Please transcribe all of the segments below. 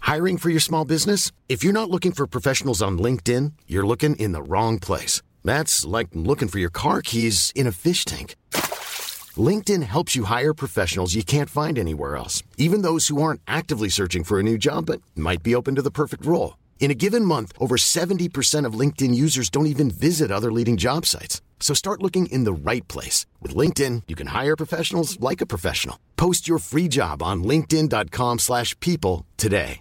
Hiring for your small business? If you're not looking for professionals on LinkedIn, you're looking in the wrong place. That's like looking for your car keys in a fish tank. LinkedIn helps you hire professionals you can't find anywhere else, even those who aren't actively searching for a new job but might be open to the perfect role. In a given month, over 70% of LinkedIn users don't even visit other leading job sites. So start looking in the right place. With LinkedIn, you can hire professionals like a professional. Post your free job on linkedin.com/people today.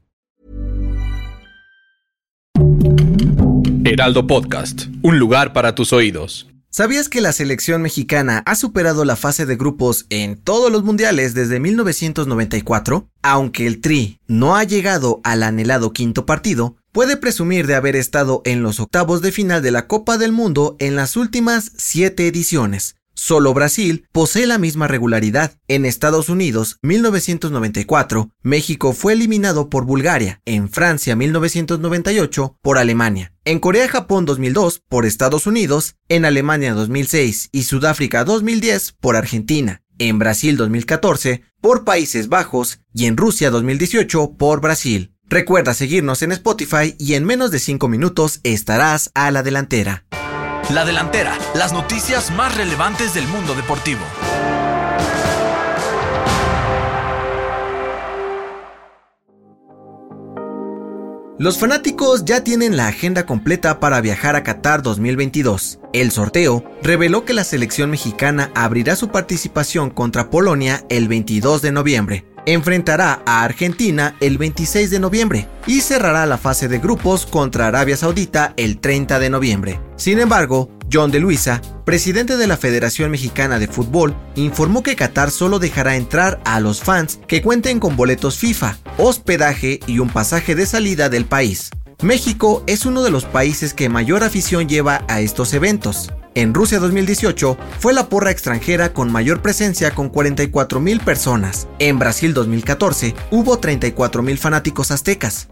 Heraldo Podcast, un lugar para tus oídos. ¿Sabías que la selección mexicana ha superado la fase de grupos en todos los mundiales desde 1994? Aunque el Tri no ha llegado al anhelado quinto partido, puede presumir de haber estado en los octavos de final de la Copa del Mundo en las últimas 7 ediciones. Solo Brasil posee la misma regularidad. En Estados Unidos, 1994, México fue eliminado por Bulgaria. En Francia, 1998, por Alemania. En Corea-Japón 2002, por Estados Unidos. En Alemania 2006 y Sudáfrica 2010, por Argentina. En Brasil 2014, por Países Bajos. Y en Rusia 2018, por Brasil. Recuerda seguirnos en Spotify y en menos de 5 minutos estarás a la delantera. La Delantera, las noticias más relevantes del mundo deportivo. Los fanáticos ya tienen la agenda completa para viajar a Qatar 2022. El sorteo reveló que la selección mexicana abrirá su participación contra Polonia el 22 de noviembre. Enfrentará a Argentina el 26 de noviembre y cerrará la fase de grupos contra Arabia Saudita el 30 de noviembre. Sin embargo, John de Luisa, presidente de la Federación Mexicana de Fútbol, informó que Qatar solo dejará entrar a los fans que cuenten con boletos FIFA, hospedaje y un pasaje de salida del país. México es uno de los países que mayor afición lleva a estos eventos. En Rusia 2018 fue la porra extranjera con mayor presencia con 44,000 personas. En Brasil 2014 hubo 34,000 fanáticos aztecas.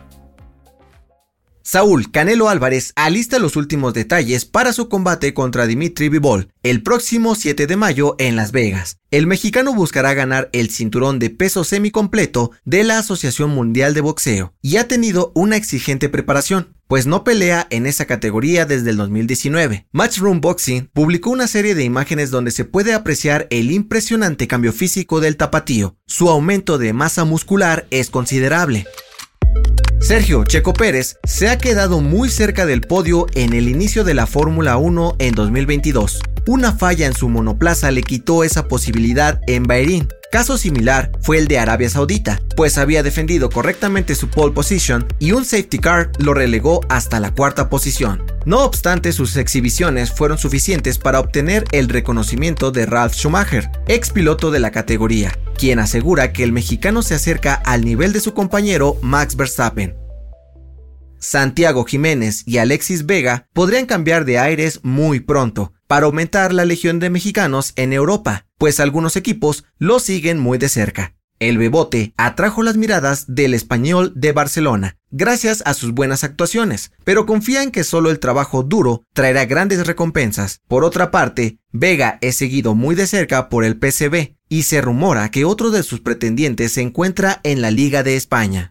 Saúl Canelo Álvarez alista los últimos detalles para su combate contra Dimitri Bivol el próximo 7 de mayo en Las Vegas. El mexicano buscará ganar el cinturón de peso semicompleto de la Asociación Mundial de Boxeo y ha tenido una exigente preparación, pues no pelea en esa categoría desde el 2019. Matchroom Boxing publicó una serie de imágenes donde se puede apreciar el impresionante cambio físico del tapatío. Su aumento de masa muscular es considerable. Sergio Checo Pérez se ha quedado muy cerca del podio en el inicio de la Fórmula 1 en 2022. Una falla en su monoplaza le quitó esa posibilidad en Bahrein. Caso similar fue el de Arabia Saudita, pues había defendido correctamente su pole position y un safety car lo relegó hasta la 4ª posición. No obstante, sus exhibiciones fueron suficientes para obtener el reconocimiento de Ralf Schumacher, ex piloto de la categoría, quien asegura que el mexicano se acerca al nivel de su compañero Max Verstappen. Santiago Jiménez y Alexis Vega podrían cambiar de aires muy pronto para aumentar la legión de mexicanos en Europa, pues algunos equipos lo siguen muy de cerca. El Bebote atrajo las miradas del Español de Barcelona, gracias a sus buenas actuaciones, pero confía en que solo el trabajo duro traerá grandes recompensas. Por otra parte, Vega es seguido muy de cerca por el PSV y se rumora que otro de sus pretendientes se encuentra en la Liga de España.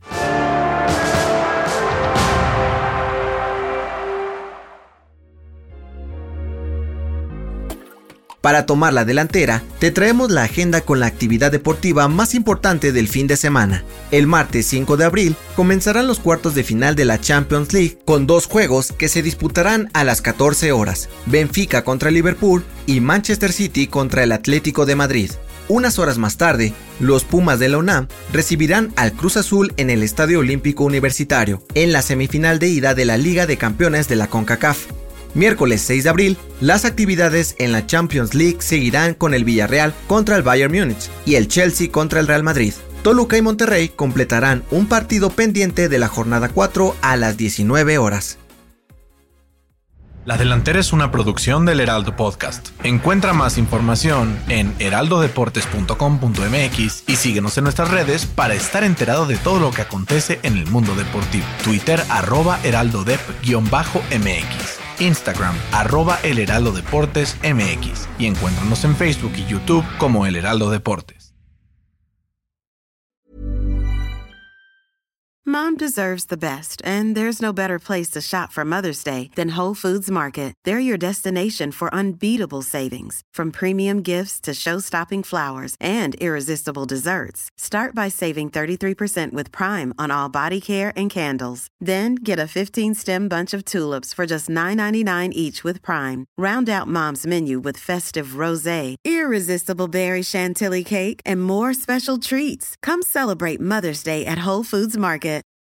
Para tomar la delantera, te traemos la agenda con la actividad deportiva más importante del fin de semana. El martes 5 de abril comenzarán los cuartos de final de la Champions League con 2 juegos que se disputarán a las 14 horas. Benfica contra Liverpool y Manchester City contra el Atlético de Madrid. Unas horas más tarde, los Pumas de la UNAM recibirán al Cruz Azul en el Estadio Olímpico Universitario, en la semifinal de ida de la Liga de Campeones de la CONCACAF. Miércoles 6 de abril, las actividades en la Champions League seguirán con el Villarreal contra el Bayern Múnich y el Chelsea contra el Real Madrid. Toluca y Monterrey completarán un partido pendiente de la jornada 4 a las 19 horas. La Delantera es una producción del Heraldo Podcast. Encuentra más información en heraldodeportes.com.mx y síguenos en nuestras redes para estar enterado de todo lo que acontece en el mundo deportivo. Twitter @heraldodep_mx. Instagram @El Heraldo Deportes MX y encuéntranos en Facebook y YouTube como El Heraldo Deportes. Mom deserves the best, and there's no better place to shop for Mother's Day than Whole Foods Market. They're your destination for unbeatable savings, from premium gifts to show-stopping flowers and irresistible desserts. Start by saving 33% with Prime on all body care and candles. Then get a 15-stem bunch of tulips for just $9.99 each with Prime. Round out Mom's menu with festive rosé, irresistible berry chantilly cake, and more special treats. Come celebrate Mother's Day at Whole Foods Market.